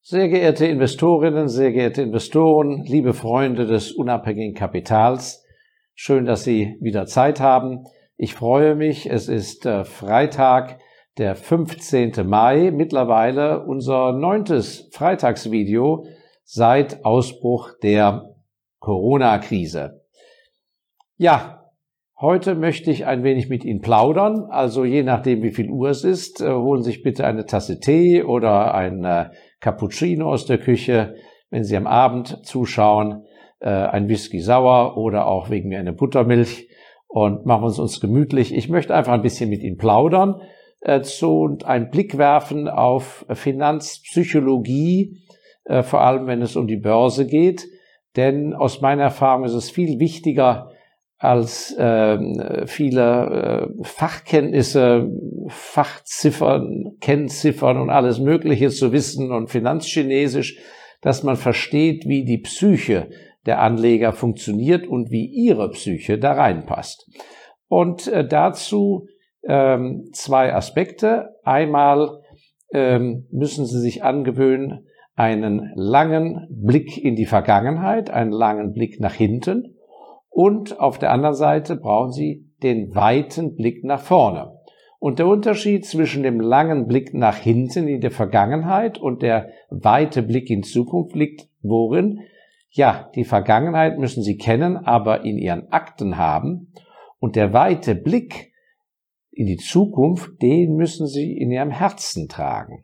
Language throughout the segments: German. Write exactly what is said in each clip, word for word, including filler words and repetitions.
Sehr geehrte Investorinnen, sehr geehrte Investoren, liebe Freunde des unabhängigen Kapitals, schön, dass Sie wieder Zeit haben. Ich freue mich, es ist äh, Freitag, der fünfzehnte Mai, mittlerweile unser neuntes Freitagsvideo seit Ausbruch der Corona-Krise. Ja, heute möchte ich ein wenig mit Ihnen plaudern, also je nachdem, wie viel Uhr es ist, äh, holen Sie sich bitte eine Tasse Tee oder ein äh, Cappuccino aus der Küche, wenn Sie am Abend zuschauen, äh, ein Whisky sauer oder auch wegen mir eine Buttermilch und machen uns uns gemütlich. Ich möchte einfach ein bisschen mit Ihnen plaudern äh, zu, und einen Blick werfen auf Finanzpsychologie, äh, vor allem wenn es um die Börse geht, denn aus meiner Erfahrung ist es viel wichtiger, als äh, viele äh, Fachkenntnisse, Fachziffern, Kennziffern und alles Mögliche zu wissen und Finanzchinesisch, dass man versteht, wie die Psyche der Anleger funktioniert und wie ihre Psyche da reinpasst. Und äh, dazu ähm, zwei Aspekte. Einmal ähm, müssen Sie sich angewöhnen, einen langen Blick in die Vergangenheit, einen langen Blick nach hinten. Und auf der anderen Seite brauchen Sie den weiten Blick nach vorne. Und der Unterschied zwischen dem langen Blick nach hinten in der Vergangenheit und der weite Blick in Zukunft liegt worin? Ja, die Vergangenheit müssen Sie kennen, aber in Ihren Akten haben. Und der weite Blick in die Zukunft, den müssen Sie in Ihrem Herzen tragen.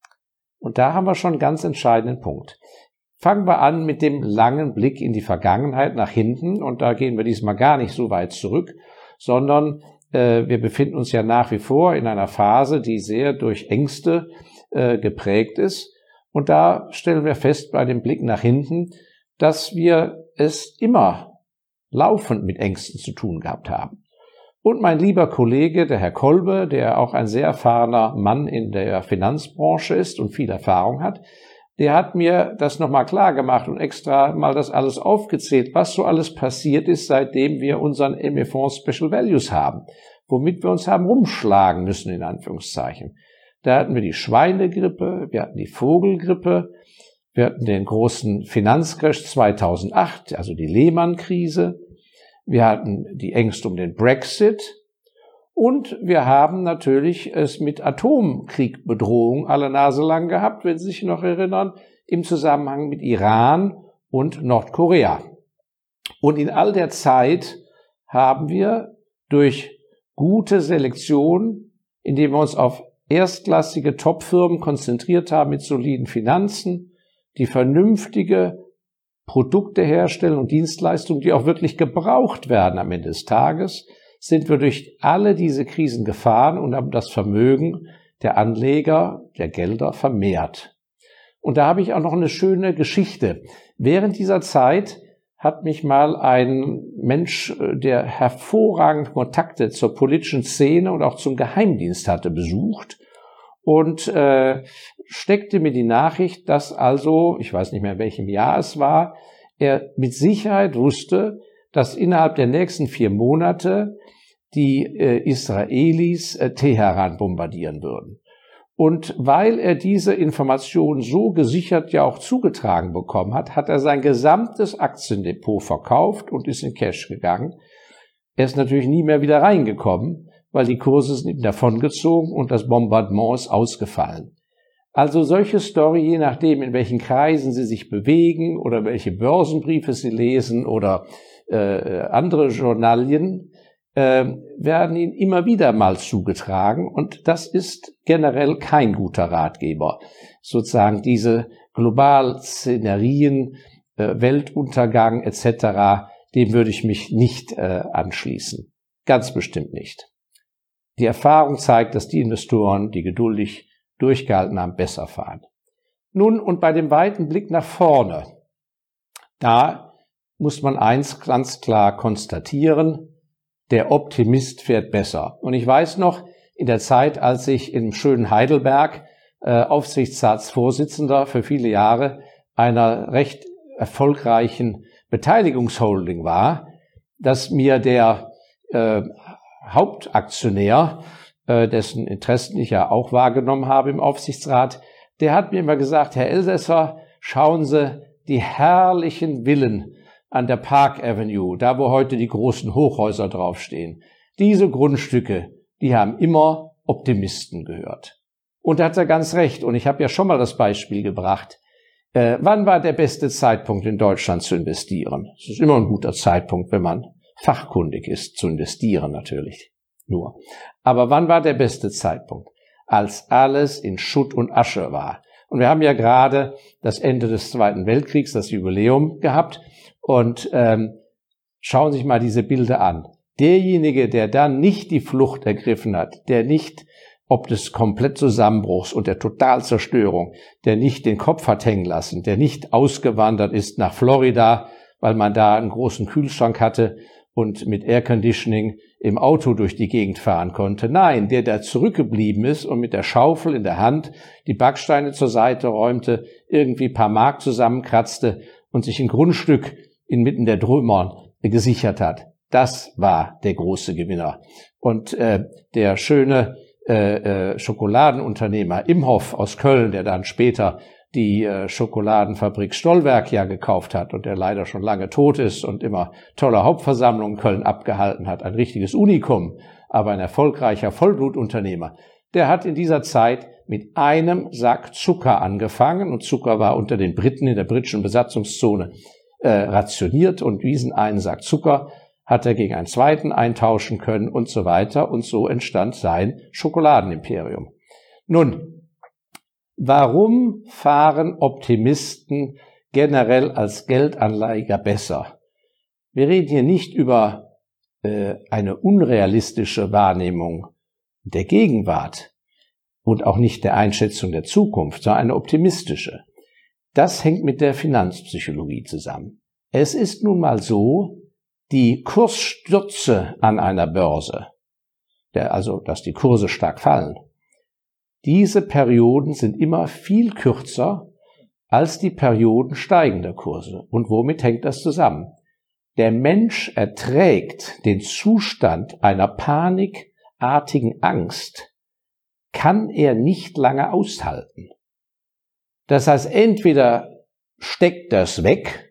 Und da haben wir schon einen ganz entscheidenden Punkt. Fangen wir an mit dem langen Blick in die Vergangenheit nach hinten und da gehen wir diesmal gar nicht so weit zurück, sondern äh, wir befinden uns ja nach wie vor in einer Phase, die sehr durch Ängste äh, geprägt ist und da stellen wir fest bei dem Blick nach hinten, dass wir es immer laufend mit Ängsten zu tun gehabt haben. Und mein lieber Kollege, der Herr Kolbe, der auch ein sehr erfahrener Mann in der Finanzbranche ist und viel Erfahrung hat, der hat mir das nochmal klar gemacht und extra mal das alles aufgezählt, was so alles passiert ist, seitdem wir unseren M E-Fonds Special Values haben, womit wir uns haben rumschlagen müssen, in Anführungszeichen. Da hatten wir die Schweinegrippe, wir hatten die Vogelgrippe, wir hatten den großen Finanzcrash zweitausendacht, also die Lehman-Krise, wir hatten die Ängste um den Brexit, und wir haben natürlich es mit Atomkriegbedrohung alle Nase lang gehabt, wenn Sie sich noch erinnern, im Zusammenhang mit Iran und Nordkorea. Und in all der Zeit haben wir durch gute Selektion, indem wir uns auf erstklassige Topfirmen konzentriert haben mit soliden Finanzen, die vernünftige Produkte herstellen und Dienstleistungen, die auch wirklich gebraucht werden am Ende des Tages, sind wir durch alle diese Krisen gefahren und haben das Vermögen der Anleger, der Gelder vermehrt. Und da habe ich auch noch eine schöne Geschichte. Während dieser Zeit hat mich mal ein Mensch, der hervorragend Kontakte zur politischen Szene und auch zum Geheimdienst hatte, besucht und äh, steckte mir die Nachricht, dass also, ich weiß nicht mehr in welchem Jahr es war, er mit Sicherheit wusste, dass innerhalb der nächsten vier Monate die äh, Israelis äh, Teheran bombardieren würden. Und weil er diese Information so gesichert ja auch zugetragen bekommen hat, hat er sein gesamtes Aktiendepot verkauft und ist in Cash gegangen. Er ist natürlich nie mehr wieder reingekommen, weil die Kurse sind ihm davongezogen und das Bombardement ist ausgefallen. Also solche Story, je nachdem, in welchen Kreisen Sie sich bewegen oder welche Börsenbriefe Sie lesen oder äh, andere Journalien, äh, werden Ihnen immer wieder mal zugetragen und das ist generell kein guter Ratgeber. Sozusagen diese Globalszenerien, äh, Weltuntergang et cetera, dem würde ich mich nicht äh, anschließen. Ganz bestimmt nicht. Die Erfahrung zeigt, dass die Investoren, die geduldig durchgehalten haben, besser fahren. Nun, und bei dem weiten Blick nach vorne, da muss man eins ganz klar konstatieren, der Optimist fährt besser. Und ich weiß noch, in der Zeit, als ich im schönen Heidelberg äh, Aufsichtsratsvorsitzender für viele Jahre einer recht erfolgreichen Beteiligungsholding war, dass mir der äh, Hauptaktionär, äh, dessen Interessen ich ja auch wahrgenommen habe im Aufsichtsrat, der hat mir immer gesagt, Herr Elsässer, schauen Sie die herrlichen Villen an der Park Avenue, da wo heute die großen Hochhäuser draufstehen. Diese Grundstücke, die haben immer Optimisten gehört. Und da hat er ganz recht. Und ich habe ja schon mal das Beispiel gebracht. Äh, wann war der beste Zeitpunkt in Deutschland zu investieren? Es ist immer ein guter Zeitpunkt, wenn man fachkundig ist, zu investieren natürlich nur. Aber wann war der beste Zeitpunkt? Als alles in Schutt und Asche war. Und wir haben ja gerade das Ende des Zweiten Weltkriegs, das Jubiläum gehabt. Und ähm, schauen Sie sich mal diese Bilder an. Derjenige, der dann nicht die Flucht ergriffen hat, der nicht ob des komplett Zusammenbruchs und der Totalzerstörung, der nicht den Kopf hat hängen lassen, der nicht ausgewandert ist nach Florida, weil man da einen großen Kühlschrank hatte und mit Airconditioning im Auto durch die Gegend fahren konnte. Nein, der da zurückgeblieben ist und mit der Schaufel in der Hand die Backsteine zur Seite räumte, irgendwie ein paar Mark zusammenkratzte und sich ein Grundstück inmitten der Trümmern gesichert hat. Das war der große Gewinner. Und äh, der schöne äh, äh, Schokoladenunternehmer Imhoff aus Köln, der dann später die äh, Schokoladenfabrik Stollwerk ja gekauft hat und der leider schon lange tot ist und immer tolle Hauptversammlungen in Köln abgehalten hat, ein richtiges Unikum, aber ein erfolgreicher Vollblutunternehmer, der hat in dieser Zeit mit einem Sack Zucker angefangen und Zucker war unter den Briten in der britischen Besatzungszone äh, rationiert und diesen einen Sack Zucker hat er gegen einen zweiten eintauschen können und so weiter und so entstand sein Schokoladenimperium. Nun, warum fahren Optimisten generell als Geldanleger besser? Wir reden hier nicht über äh, eine unrealistische Wahrnehmung der Gegenwart und auch nicht der Einschätzung der Zukunft, sondern eine optimistische. Das hängt mit der Finanzpsychologie zusammen. Es ist nun mal so, die Kursstürze an einer Börse, der, also dass die Kurse stark fallen, diese Perioden sind immer viel kürzer als die Perioden steigender Kurse. Und womit hängt das zusammen? Der Mensch erträgt den Zustand einer panikartigen Angst, kann er nicht lange aushalten. Das heißt, entweder steckt das weg,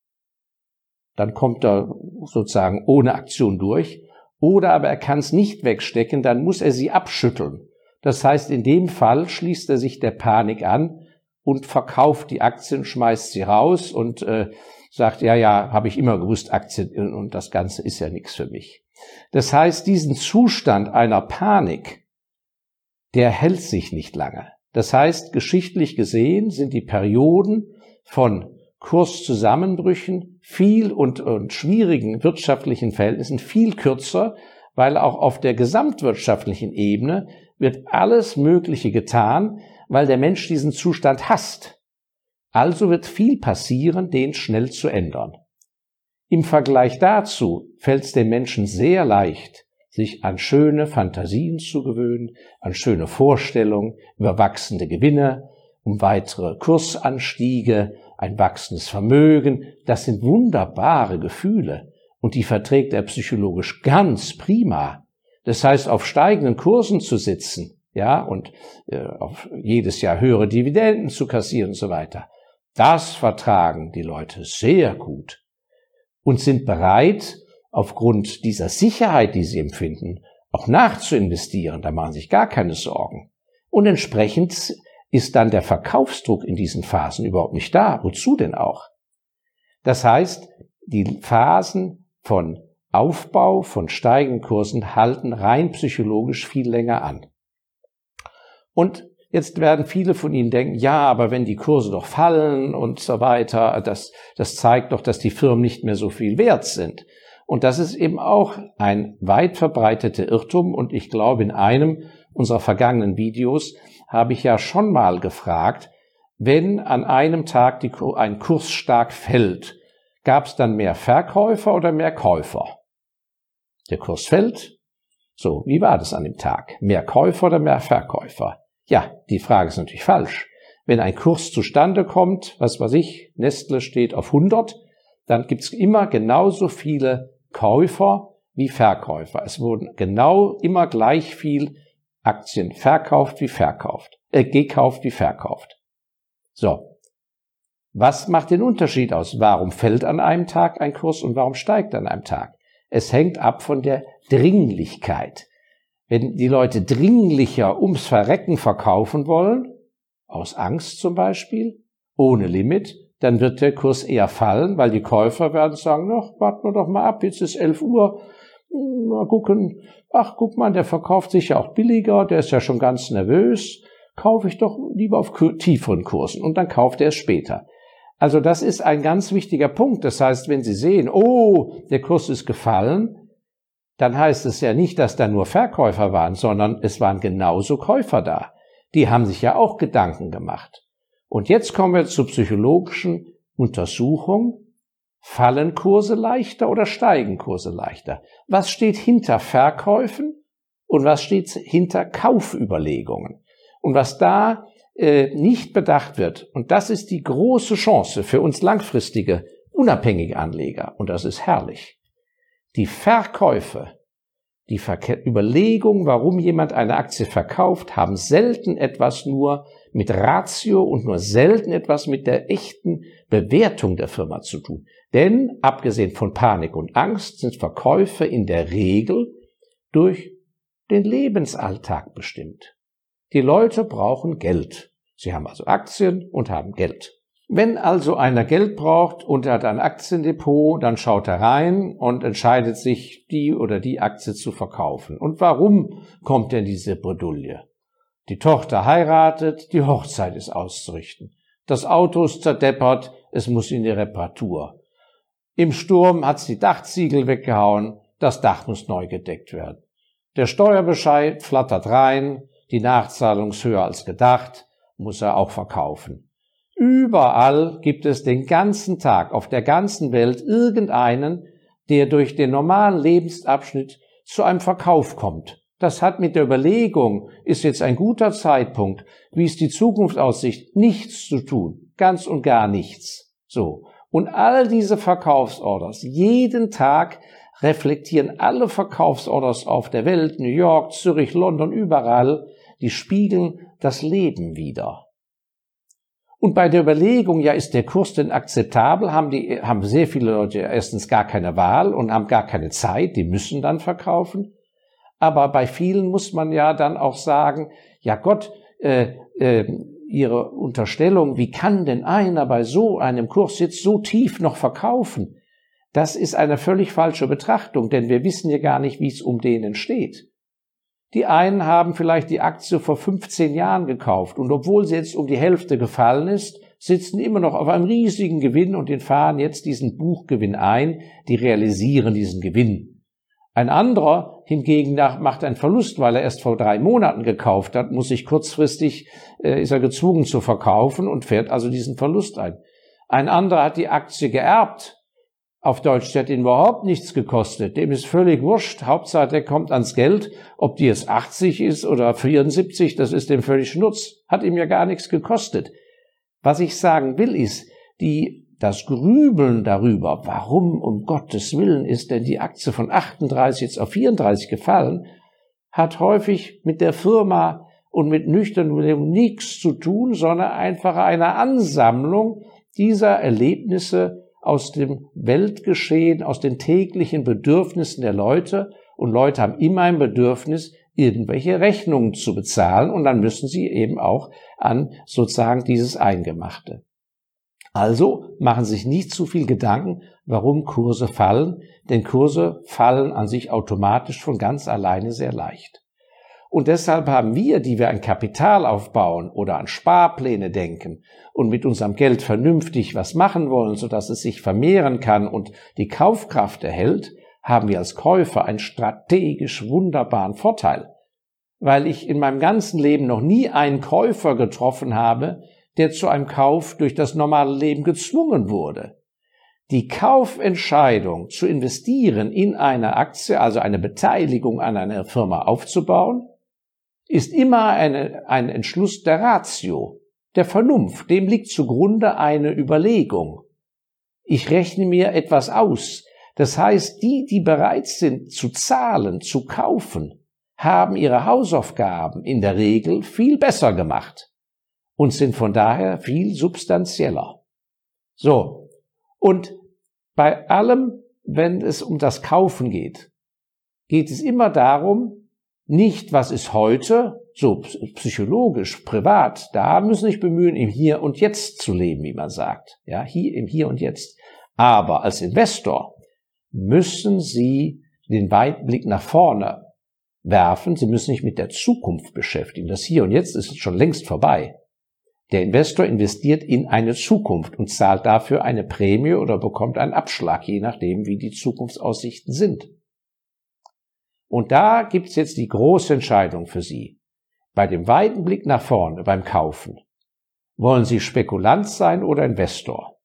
dann kommt er sozusagen ohne Aktion durch, oder aber er kann es nicht wegstecken, dann muss er sie abschütteln. Das heißt, in dem Fall schließt er sich der Panik an und verkauft die Aktien, schmeißt sie raus und äh, sagt, ja, ja, habe ich immer gewusst, Aktien und das Ganze ist ja nichts für mich. Das heißt, diesen Zustand einer Panik, der hält sich nicht lange. Das heißt, geschichtlich gesehen sind die Perioden von Kurszusammenbrüchen viel und, und schwierigen wirtschaftlichen Verhältnissen viel kürzer, weil auch auf der gesamtwirtschaftlichen Ebene wird alles Mögliche getan, weil der Mensch diesen Zustand hasst. Also wird viel passieren, den schnell zu ändern. Im Vergleich dazu fällt es den Menschen sehr leicht, sich an schöne Fantasien zu gewöhnen, an schöne Vorstellungen über wachsende Gewinne, um weitere Kursanstiege, ein wachsendes Vermögen. Das sind wunderbare Gefühle und die verträgt er psychologisch ganz prima. Das heißt, auf steigenden Kursen zu sitzen, ja, und äh, auf jedes Jahr höhere Dividenden zu kassieren und so weiter, das vertragen die Leute sehr gut und sind bereit, aufgrund dieser Sicherheit, die sie empfinden, auch nachzuinvestieren. Da machen sich gar keine Sorgen. Und entsprechend ist dann der Verkaufsdruck in diesen Phasen überhaupt nicht da. Wozu denn auch? Das heißt, die Phasen von Aufbau, von steigenden Kursen halten rein psychologisch viel länger an. Und jetzt werden viele von Ihnen denken, ja, aber wenn die Kurse doch fallen und so weiter, das, das zeigt doch, dass die Firmen nicht mehr so viel wert sind. Und das ist eben auch ein weit verbreiteter Irrtum. Und ich glaube, in einem unserer vergangenen Videos habe ich ja schon mal gefragt, wenn an einem Tag die, ein Kurs stark fällt, gab es dann mehr Verkäufer oder mehr Käufer? Der Kurs fällt. So, wie war das an dem Tag? Mehr Käufer oder mehr Verkäufer? Ja, die Frage ist natürlich falsch. Wenn ein Kurs zustande kommt, was weiß ich, Nestle steht auf hundert, dann gibt es immer genauso viele Käufer wie Verkäufer. Es wurden genau immer gleich viel Aktien verkauft wie verkauft, äh, gekauft wie verkauft. So, was macht den Unterschied aus? Warum fällt an einem Tag ein Kurs und warum steigt an einem Tag? Es hängt ab von der Dringlichkeit. Wenn die Leute dringlicher ums Verrecken verkaufen wollen, aus Angst zum Beispiel, ohne Limit, dann wird der Kurs eher fallen, weil die Käufer werden sagen, ach, warten wir doch mal ab, jetzt ist elf Uhr, mal gucken, ach, guck mal, der verkauft sich ja auch billiger, der ist ja schon ganz nervös, kaufe ich doch lieber auf tieferen Kursen und dann kauft er es später. Also das ist ein ganz wichtiger Punkt. Das heißt, wenn Sie sehen, oh, der Kurs ist gefallen, dann heißt es ja nicht, dass da nur Verkäufer waren, sondern es waren genauso Käufer da. Die haben sich ja auch Gedanken gemacht. Und jetzt kommen wir zur psychologischen Untersuchung. Fallen Kurse leichter oder steigen Kurse leichter? Was steht hinter Verkäufen und was steht hinter Kaufüberlegungen? Und was da äh, nicht bedacht wird, und das ist die große Chance für uns langfristige, unabhängige Anleger, und das ist herrlich. Die Verkäufe, die Verke- Überlegung, warum jemand eine Aktie verkauft, haben selten etwas nur mit Ratio und nur selten etwas mit der echten Bewertung der Firma zu tun. Denn, abgesehen von Panik und Angst, sind Verkäufe in der Regel durch den Lebensalltag bestimmt. Die Leute brauchen Geld. Sie haben also Aktien und haben Geld. Wenn also einer Geld braucht und er hat ein Aktiendepot, dann schaut er rein und entscheidet sich, die oder die Aktie zu verkaufen. Und warum kommt denn diese Bredouille? Die Tochter heiratet, die Hochzeit ist auszurichten. Das Auto ist zerdeppert, es muss in die Reparatur. Im Sturm hat's die Dachziegel weggehauen, das Dach muss neu gedeckt werden. Der Steuerbescheid flattert rein, die Nachzahlung ist höher als gedacht, muss er auch verkaufen. Überall gibt es den ganzen Tag auf der ganzen Welt irgendeinen, der durch den normalen Lebensabschnitt zu einem Verkauf kommt. Das hat mit der Überlegung, ist jetzt ein guter Zeitpunkt, wie ist die Zukunftsaussicht, nichts zu tun, ganz und gar nichts. So. Und all diese Verkaufsorders, jeden Tag reflektieren alle Verkaufsorders auf der Welt, New York, Zürich, London, überall, die spiegeln das Leben wider. Und bei der Überlegung, ja, ist der Kurs denn akzeptabel, haben die, haben sehr viele Leute erstens gar keine Wahl und haben gar keine Zeit, die müssen dann verkaufen. Aber bei vielen muss man ja dann auch sagen, ja Gott, äh, äh, ihre Unterstellung, wie kann denn einer bei so einem Kurs jetzt so tief noch verkaufen? Das ist eine völlig falsche Betrachtung, denn wir wissen ja gar nicht, wie es um denen steht. Die einen haben vielleicht die Aktie vor fünfzehn Jahren gekauft und obwohl sie jetzt um die Hälfte gefallen ist, sitzen immer noch auf einem riesigen Gewinn und den fahren jetzt diesen Buchgewinn ein, die realisieren diesen Gewinn. Ein anderer hingegen macht einen Verlust, weil er erst vor drei Monaten gekauft hat, muss sich kurzfristig, äh, ist er gezwungen zu verkaufen und fährt also diesen Verlust ein. Ein anderer hat die Aktie geerbt. Auf Deutsch, der hat ihn überhaupt nichts gekostet. Dem ist völlig wurscht. Hauptsache, der kommt ans Geld. Ob die jetzt achtzig ist oder vierundsiebzig, das ist dem völlig Schnurz. Hat ihm ja gar nichts gekostet. Was ich sagen will, ist, die, das Grübeln darüber, warum um Gottes Willen ist denn die Aktie von achtunddreißig jetzt auf vierunddreißig gefallen, hat häufig mit der Firma und mit nüchternem Leben nichts zu tun, sondern einfach eine Ansammlung dieser Erlebnisse aus dem Weltgeschehen, aus den täglichen Bedürfnissen der Leute. Und Leute haben immer ein Bedürfnis, irgendwelche Rechnungen zu bezahlen. Und dann müssen sie eben auch an sozusagen dieses Eingemachte. Also machen sich nicht zu viel Gedanken, warum Kurse fallen. Denn Kurse fallen an sich automatisch von ganz alleine sehr leicht. Und deshalb haben wir, die wir ein Kapital aufbauen oder an Sparpläne denken und mit unserem Geld vernünftig was machen wollen, sodass es sich vermehren kann und die Kaufkraft erhält, haben wir als Käufer einen strategisch wunderbaren Vorteil. Weil ich in meinem ganzen Leben noch nie einen Käufer getroffen habe, der zu einem Kauf durch das normale Leben gezwungen wurde. Die Kaufentscheidung zu investieren in eine Aktie, also eine Beteiligung an einer Firma aufzubauen, ist immer eine, ein Entschluss der Ratio, der Vernunft. Dem liegt zugrunde eine Überlegung. Ich rechne mir etwas aus. Das heißt, die, die bereit sind zu zahlen, zu kaufen, haben ihre Hausaufgaben in der Regel viel besser gemacht. und sind von daher viel substanzieller. So, und bei allem, wenn es um das Kaufen geht, geht es immer darum, nicht, was ist heute, so psychologisch, privat, da müssen Sie sich bemühen, im Hier und Jetzt zu leben, wie man sagt, ja, hier im Hier und Jetzt. Aber als Investor müssen Sie den Weitblick nach vorne werfen. Sie müssen sich mit der Zukunft beschäftigen. Das Hier und Jetzt ist schon längst vorbei. Der Investor investiert in eine Zukunft und zahlt dafür eine Prämie oder bekommt einen Abschlag, je nachdem, wie die Zukunftsaussichten sind. Und da gibt's jetzt die große Entscheidung für Sie. Bei dem weiten Blick nach vorne, beim Kaufen, wollen Sie Spekulant sein oder Investor?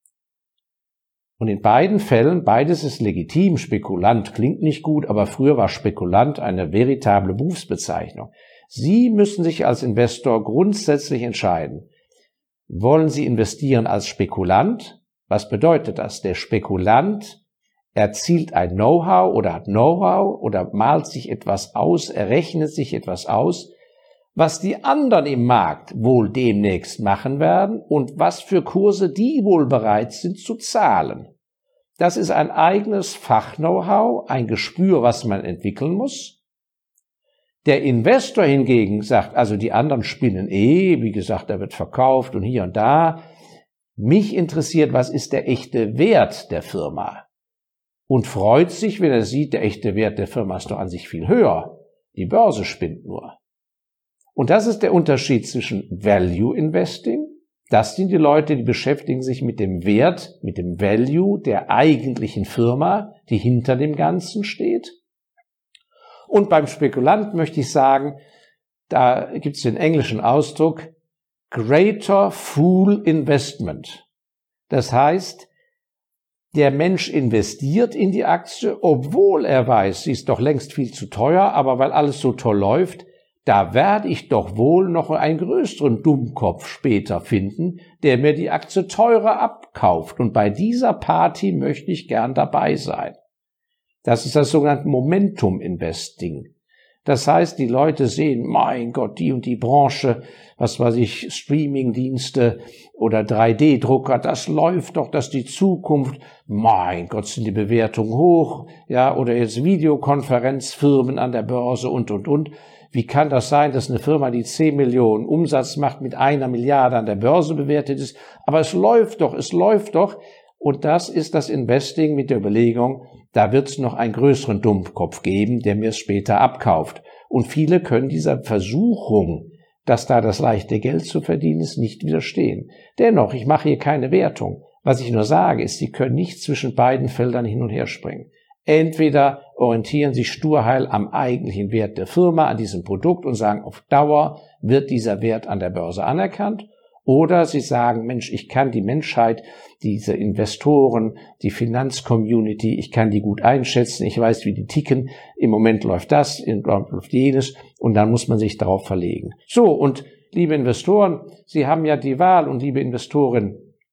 Und in beiden Fällen, beides ist legitim. Spekulant klingt nicht gut, aber früher war Spekulant eine veritable Berufsbezeichnung. Sie müssen sich als Investor grundsätzlich entscheiden. Wollen Sie investieren als Spekulant? Was bedeutet das? Der Spekulant erzielt ein Know-how oder hat Know-how oder malt sich etwas aus, errechnet sich etwas aus, was die anderen im Markt wohl demnächst machen werden und was für Kurse die wohl bereit sind zu zahlen. Das ist ein eigenes Fach-Know-how, ein Gespür, was man entwickeln muss. Der Investor hingegen sagt, also die anderen spinnen eh, wie gesagt, da wird verkauft und hier und da. Mich interessiert, was ist der echte Wert der Firma? Und freut sich, wenn er sieht, der echte Wert der Firma ist doch an sich viel höher. Die Börse spinnt nur. Und das ist der Unterschied zwischen Value Investing. Das sind die Leute, die beschäftigen sich mit dem Wert, mit dem Value der eigentlichen Firma, die hinter dem Ganzen steht. Und beim Spekulant möchte ich sagen, da gibt es den englischen Ausdruck Greater Fool Investment. Das heißt, der Mensch investiert in die Aktie, obwohl er weiß, sie ist doch längst viel zu teuer, aber weil alles so toll läuft, da werde ich doch wohl noch einen größeren Dummkopf später finden, der mir die Aktie teurer abkauft. Und bei dieser Party möchte ich gern dabei sein. Das ist das sogenannte Momentum Investing. Das heißt, die Leute sehen, mein Gott, die und die Branche, was weiß ich, Streamingdienste oder drei D Drucker, das läuft doch, das ist die Zukunft. Mein Gott, sind die Bewertungen hoch, ja, oder jetzt Videokonferenzfirmen an der Börse und, und, und. Wie kann das sein, dass eine Firma, die zehn Millionen Umsatz macht, mit einer Milliarde an der Börse bewertet ist? Aber es läuft doch, es läuft doch. Und das ist das Investing mit der Überlegung, da wird es noch einen größeren Dummkopf geben, der mir es später abkauft. Und viele können dieser Versuchung, dass da das leichte Geld zu verdienen ist, nicht widerstehen. Dennoch, ich mache hier keine Wertung. Was ich nur sage, ist, Sie können nicht zwischen beiden Feldern hin und her springen. Entweder orientieren Sie sturheil am eigentlichen Wert der Firma, an diesem Produkt und sagen, auf Dauer wird dieser Wert an der Börse anerkannt. Oder Sie sagen, Mensch, ich kann die Menschheit, diese Investoren, die Finanzcommunity, ich kann die gut einschätzen, ich weiß, wie die ticken, im Moment läuft das, im Moment läuft jenes und dann muss man sich darauf verlegen. So, und liebe Investoren, Sie haben ja die Wahl und liebe Investoren,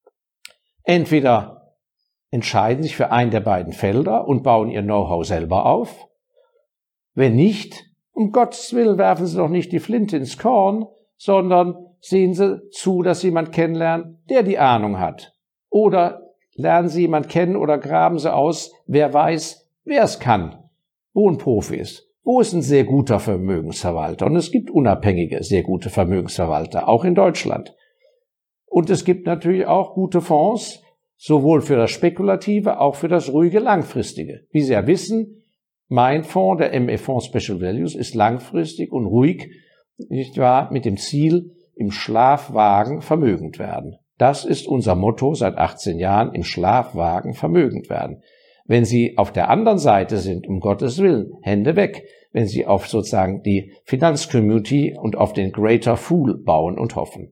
entweder entscheiden sich für einen der beiden Felder und bauen ihr Know-how selber auf. Wenn nicht, um Gottes Willen werfen Sie doch nicht die Flinte ins Korn, sondern sehen Sie zu, dass Sie jemand kennenlernen, der die Ahnung hat. Oder lernen Sie jemand kennen oder graben Sie aus, wer weiß, wer es kann, wo ein Profi ist, wo ist ein sehr guter Vermögensverwalter. Und es gibt unabhängige, sehr gute Vermögensverwalter, auch in Deutschland. Und es gibt natürlich auch gute Fonds, sowohl für das Spekulative, auch für das ruhige Langfristige. Wie Sie ja wissen, mein Fonds, der M E-Fonds Special Values, ist langfristig und ruhig, nicht wahr, mit dem Ziel, im Schlafwagen vermögend werden. Das ist unser Motto seit achtzehn Jahren, im Schlafwagen vermögend werden. Wenn Sie auf der anderen Seite sind, um Gottes Willen, Hände weg. Wenn Sie auf sozusagen die Finanzcommunity und auf den Greater Fool bauen und hoffen.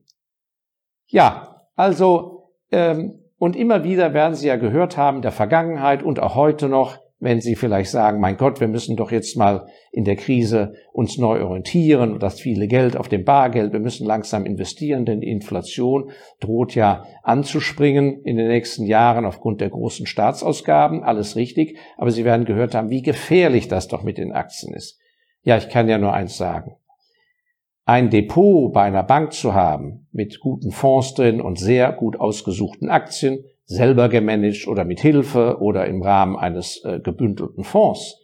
Ja, also, ähm, und immer wieder werden Sie ja gehört haben, in der Vergangenheit und auch heute noch, wenn Sie vielleicht sagen, mein Gott, wir müssen doch jetzt mal in der Krise uns neu orientieren und das viele Geld auf dem Bargeld, wir müssen langsam investieren, denn die Inflation droht ja anzuspringen in den nächsten Jahren aufgrund der großen Staatsausgaben, alles richtig, aber Sie werden gehört haben, wie gefährlich das doch mit den Aktien ist. Ja, ich kann ja nur eins sagen. Ein Depot bei einer Bank zu haben, mit guten Fonds drin und sehr gut ausgesuchten Aktien, selber gemanagt oder mit Hilfe oder im Rahmen eines äh, gebündelten Fonds,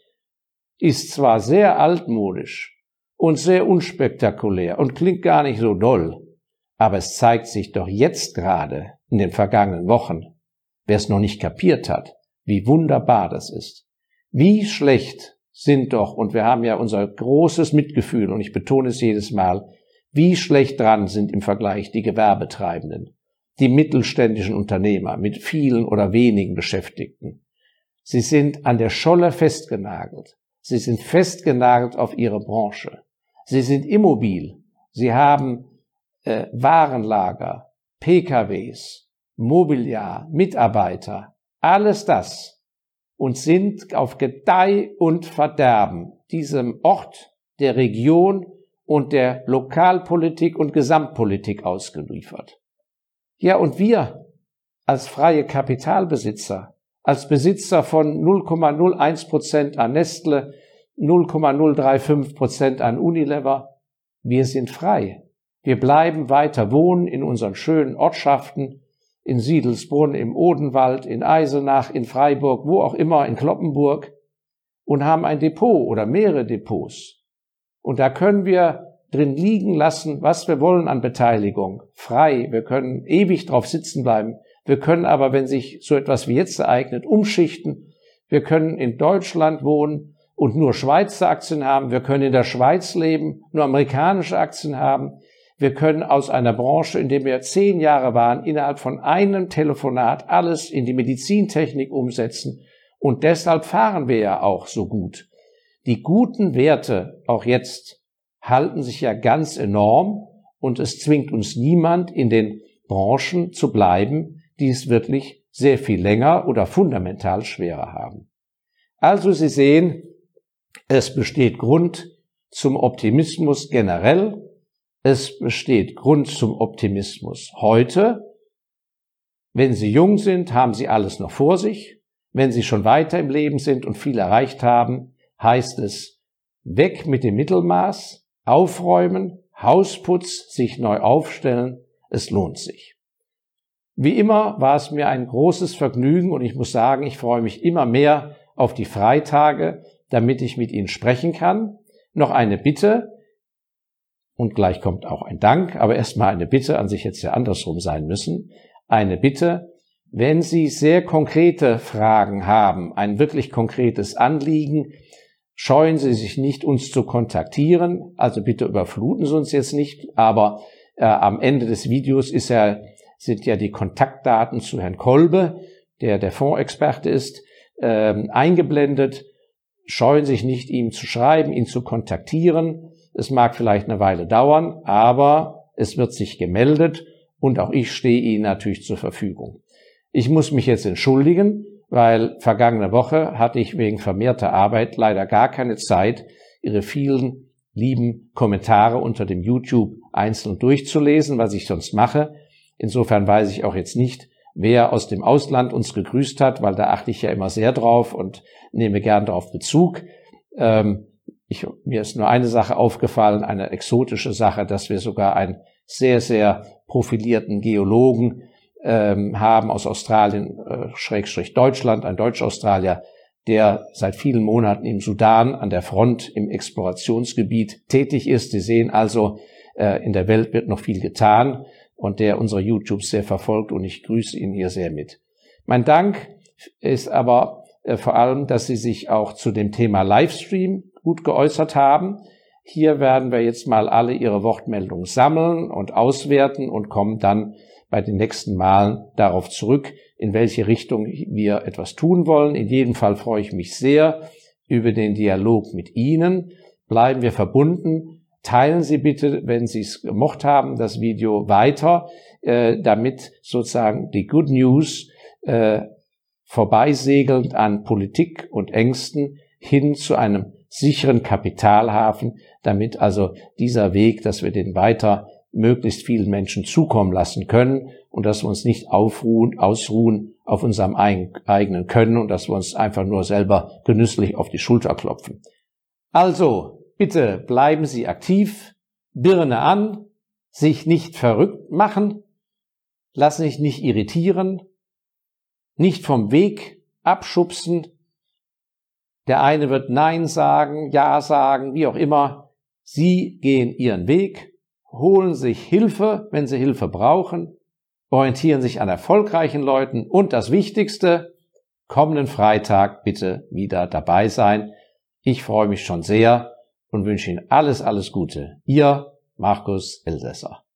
ist zwar sehr altmodisch und sehr unspektakulär und klingt gar nicht so doll, aber es zeigt sich doch jetzt gerade in den vergangenen Wochen, wer es noch nicht kapiert hat, wie wunderbar das ist. Wie schlecht sind doch, und wir haben ja unser großes Mitgefühl, und ich betone es jedes Mal, wie schlecht dran sind im Vergleich die Gewerbetreibenden, die mittelständischen Unternehmer mit vielen oder wenigen Beschäftigten. Sie sind an der Scholle festgenagelt. Sie sind festgenagelt auf ihre Branche. Sie sind immobil. Sie haben äh, Warenlager, P K Ws, Mobiliar, Mitarbeiter, alles das, und sind auf Gedeih und Verderben diesem Ort, der Region und der Lokalpolitik und Gesamtpolitik ausgeliefert. Ja, und wir als freie Kapitalbesitzer, als Besitzer von null Komma null eins Prozent an Nestle, null Komma null drei fünf Prozent an Unilever, wir sind frei. Wir bleiben weiter wohnen in unseren schönen Ortschaften, in Siedelsbrunn, im Odenwald, in Eisenach, in Freiburg, wo auch immer, in Cloppenburg, und haben ein Depot oder mehrere Depots. Und da können wir drin liegen lassen, was wir wollen an Beteiligung, frei. Wir können ewig drauf sitzen bleiben. Wir können aber, wenn sich so etwas wie jetzt ereignet, umschichten. Wir können in Deutschland wohnen und nur Schweizer Aktien haben. Wir können in der Schweiz leben, nur amerikanische Aktien haben. Wir können aus einer Branche, in der wir zehn Jahre waren, innerhalb von einem Telefonat alles in die Medizintechnik umsetzen. Und deshalb fahren wir ja auch so gut. Die guten Werte, auch jetzt, halten sich ja ganz enorm, und es zwingt uns niemand, in den Branchen zu bleiben, die es wirklich sehr viel länger oder fundamental schwerer haben. Also Sie sehen, es besteht Grund zum Optimismus generell. Es besteht Grund zum Optimismus heute. Wenn Sie jung sind, haben Sie alles noch vor sich. Wenn Sie schon weiter im Leben sind und viel erreicht haben, heißt es, weg mit dem Mittelmaß, aufräumen, Hausputz, sich neu aufstellen, es lohnt sich. Wie immer war es mir ein großes Vergnügen, und ich muss sagen, ich freue mich immer mehr auf die Freitage, damit ich mit Ihnen sprechen kann. Noch eine Bitte. Und gleich kommt auch ein Dank, aber erstmal eine Bitte, an sich jetzt ja andersrum sein müssen. Eine Bitte, wenn Sie sehr konkrete Fragen haben, ein wirklich konkretes Anliegen, scheuen Sie sich nicht, uns zu kontaktieren. Also bitte überfluten Sie uns jetzt nicht, aber äh, am Ende des Videos ist ja, sind ja die Kontaktdaten zu Herrn Kolbe, der der Fondsexperte ist, äh, eingeblendet. Scheuen Sie sich nicht, ihm zu schreiben, ihn zu kontaktieren. Es mag vielleicht eine Weile dauern, aber es wird sich gemeldet, und auch ich stehe Ihnen natürlich zur Verfügung. Ich muss mich jetzt entschuldigen, weil vergangene Woche hatte ich wegen vermehrter Arbeit leider gar keine Zeit, Ihre vielen lieben Kommentare unter dem YouTube einzeln durchzulesen, was ich sonst mache. Insofern weiß ich auch jetzt nicht, wer aus dem Ausland uns gegrüßt hat, weil da achte ich ja immer sehr drauf und nehme gern darauf Bezug. Ähm, Ich, mir ist nur eine Sache aufgefallen, eine exotische Sache, dass wir sogar einen sehr, sehr profilierten Geologen ähm, haben aus Australien, äh, Schrägstrich Deutschland, ein Deutsch-Australier, der seit vielen Monaten im Sudan an der Front im Explorationsgebiet tätig ist. Sie sehen also, äh, in der Welt wird noch viel getan, und der unsere YouTube sehr verfolgt, und ich grüße ihn hier sehr mit. Mein Dank ist aber äh, vor allem, dass Sie sich auch zu dem Thema Livestream gut geäußert haben. Hier werden wir jetzt mal alle Ihre Wortmeldungen sammeln und auswerten und kommen dann bei den nächsten Malen darauf zurück, in welche Richtung wir etwas tun wollen. In jedem Fall freue ich mich sehr über den Dialog mit Ihnen. Bleiben wir verbunden. Teilen Sie bitte, wenn Sie es gemocht haben, das Video weiter, äh, damit sozusagen die Good News äh, vorbeisegelnd an Politik und Ängsten hin zu einem sicheren Kapitalhafen, damit also dieser Weg, dass wir den weiter möglichst vielen Menschen zukommen lassen können und dass wir uns nicht aufruhen, ausruhen auf unserem eigenen Können und dass wir uns einfach nur selber genüsslich auf die Schulter klopfen. Also, bitte bleiben Sie aktiv, Birne an, sich nicht verrückt machen, lass sich nicht irritieren, nicht vom Weg abschubsen. Der eine wird Nein sagen, Ja sagen, wie auch immer. Sie gehen ihren Weg, holen sich Hilfe, wenn sie Hilfe brauchen, orientieren sich an erfolgreichen Leuten und das Wichtigste, kommenden Freitag bitte wieder dabei sein. Ich freue mich schon sehr und wünsche Ihnen alles, alles Gute. Ihr Markus Elsässer.